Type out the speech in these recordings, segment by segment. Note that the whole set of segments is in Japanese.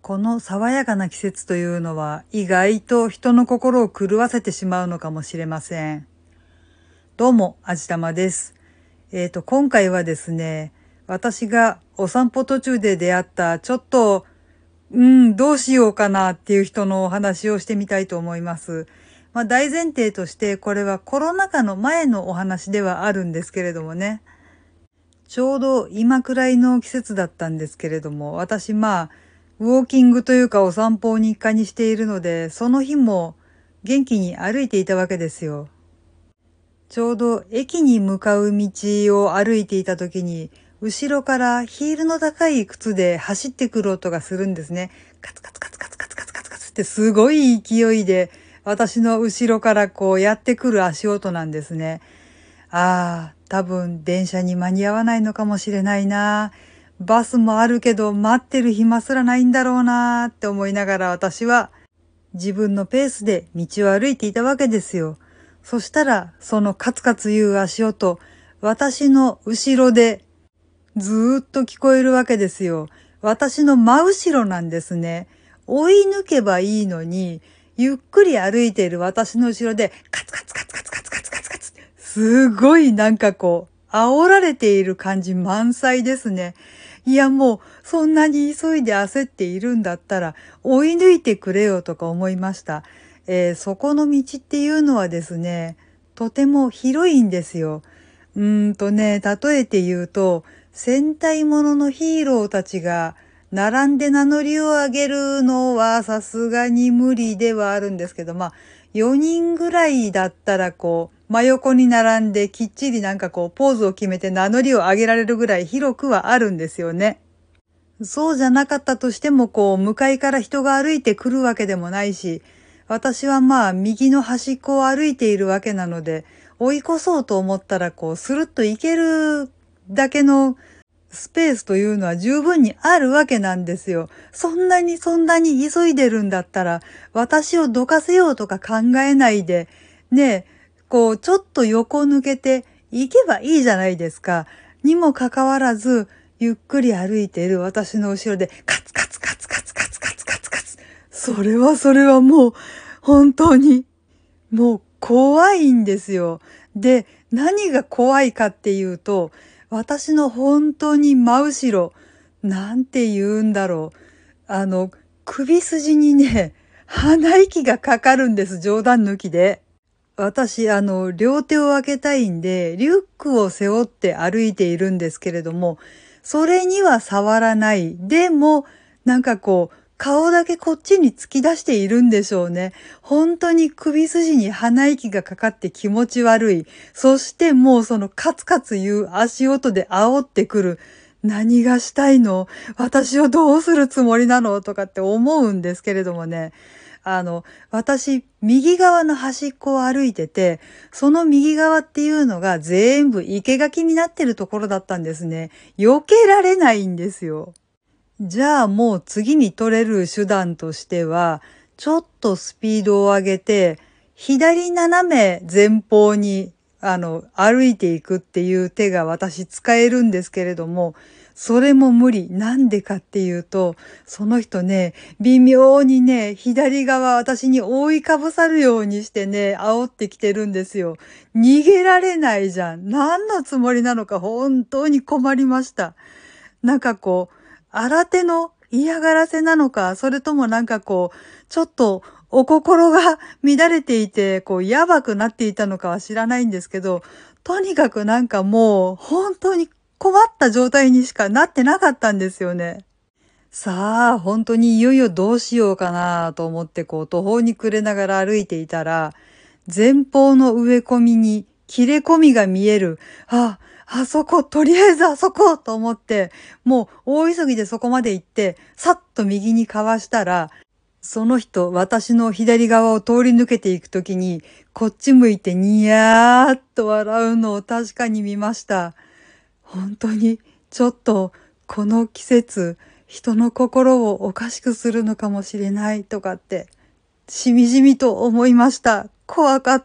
この爽やかな季節というのは意外と人の心を狂わせてしまうのかもしれません。どうも、あじたまです。今回はですね、私がお散歩途中で出会ったちょっと、どうしようかなっていう人のお話をしてみたいと思います。大前提としてこれはコロナ禍の前のお話ではあるんですけれどもね。ちょうど今くらいの季節だったんですけれども、私ウォーキングというかお散歩を日課にしているので、その日も元気に歩いていたわけですよ。ちょうど駅に向かう道を歩いていた時に、後ろからヒールの高い靴で走ってくる音がするんですね。カツカツカツカツカツカツカツカツってすごい勢いで、私の後ろからこうやってくる足音なんですね。多分電車に間に合わないのかもしれないな。バスもあるけど待ってる暇すらないんだろうなって思いながら私は自分のペースで道を歩いていたわけですよ。そしたらそのカツカツいう足音、私の後ろでずーっと聞こえるわけですよ。私の真後ろなんですね。追い抜けばいいのに、ゆっくり歩いている私の後ろでカツカツカツカツカツカツカツカツすごい煽られている感じ満載ですね。いやもう、そんなに急いで焦っているんだったら、追い抜いてくれよとか思いました。そこの道っていうのはですね、とても広いんですよ。例えて言うと、戦隊もののヒーローたちが並んで名乗りを上げるのはさすがに無理ではあるんですけど、4人ぐらいだったら真横に並んできっちりポーズを決めて名乗りを上げられるぐらい広くはあるんですよね。そうじゃなかったとしても向かいから人が歩いてくるわけでもないし、私は右の端っこを歩いているわけなので、追い越そうと思ったらスルッと行けるだけのスペースというのは十分にあるわけなんですよ。そんなに急いでるんだったら、私をどかせようとか考えないで、ねちょっと横抜けて行けばいいじゃないですか。にもかかわらず、ゆっくり歩いている私の後ろで、カツカツカツカツカツカツカツカツ。それはもう、本当に、もう怖いんですよ。で、何が怖いかっていうと、私の本当に真後ろ、なんて言うんだろう。首筋にね、鼻息がかかるんです、冗談抜きで。私、両手を開けたいんで、リュックを背負って歩いているんですけれども、それには触らない。でも、顔だけこっちに突き出しているんでしょうね。本当に首筋に鼻息がかかって気持ち悪い。そしてもうそのカツカツいう足音で煽ってくる。何がしたいの？私をどうするつもりなの？とかって思うんですけれどもね。私、右側の端っこを歩いてて、その右側っていうのが全部生垣になってるところだったんですね。避けられないんですよ。じゃあもう次に取れる手段としては、ちょっとスピードを上げて、左斜め前方に、歩いていくっていう手が私使えるんですけれども、それも無理。なんでかっていうと、その人ね、微妙にね、左側私に覆いかぶさるようにしてね、煽ってきてるんですよ。逃げられないじゃん。何のつもりなのか本当に困りました。新手の嫌がらせなのか、それともちょっとお心が乱れていて、やばくなっていたのかは知らないんですけど、とにかくもう本当に困った状態にしかなってなかったんですよね。さあ、本当にいよいよどうしようかなと思って途方に暮れながら歩いていたら、前方の植え込みに切れ込みが見える。あそこ、とりあえずあそこと思って、もう大急ぎでそこまで行って、さっと右にかわしたら、その人、私の左側を通り抜けていくときに、こっち向いてニヤーっと笑うのを確かに見ました。本当に、ちょっと、この季節、人の心をおかしくするのかもしれないとかって、しみじみと思いました。怖かった。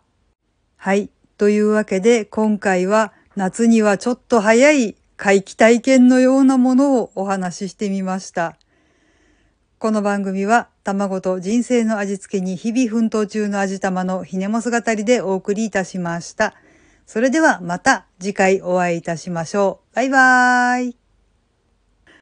はい。というわけで、今回は夏にはちょっと早い怪奇体験のようなものをお話ししてみました。 この番組は卵と人生の味付けに日々奮闘中の味玉のひねもす語りでお送りいたしました。それではまた次回お会いいたしましょう。バイバーイ。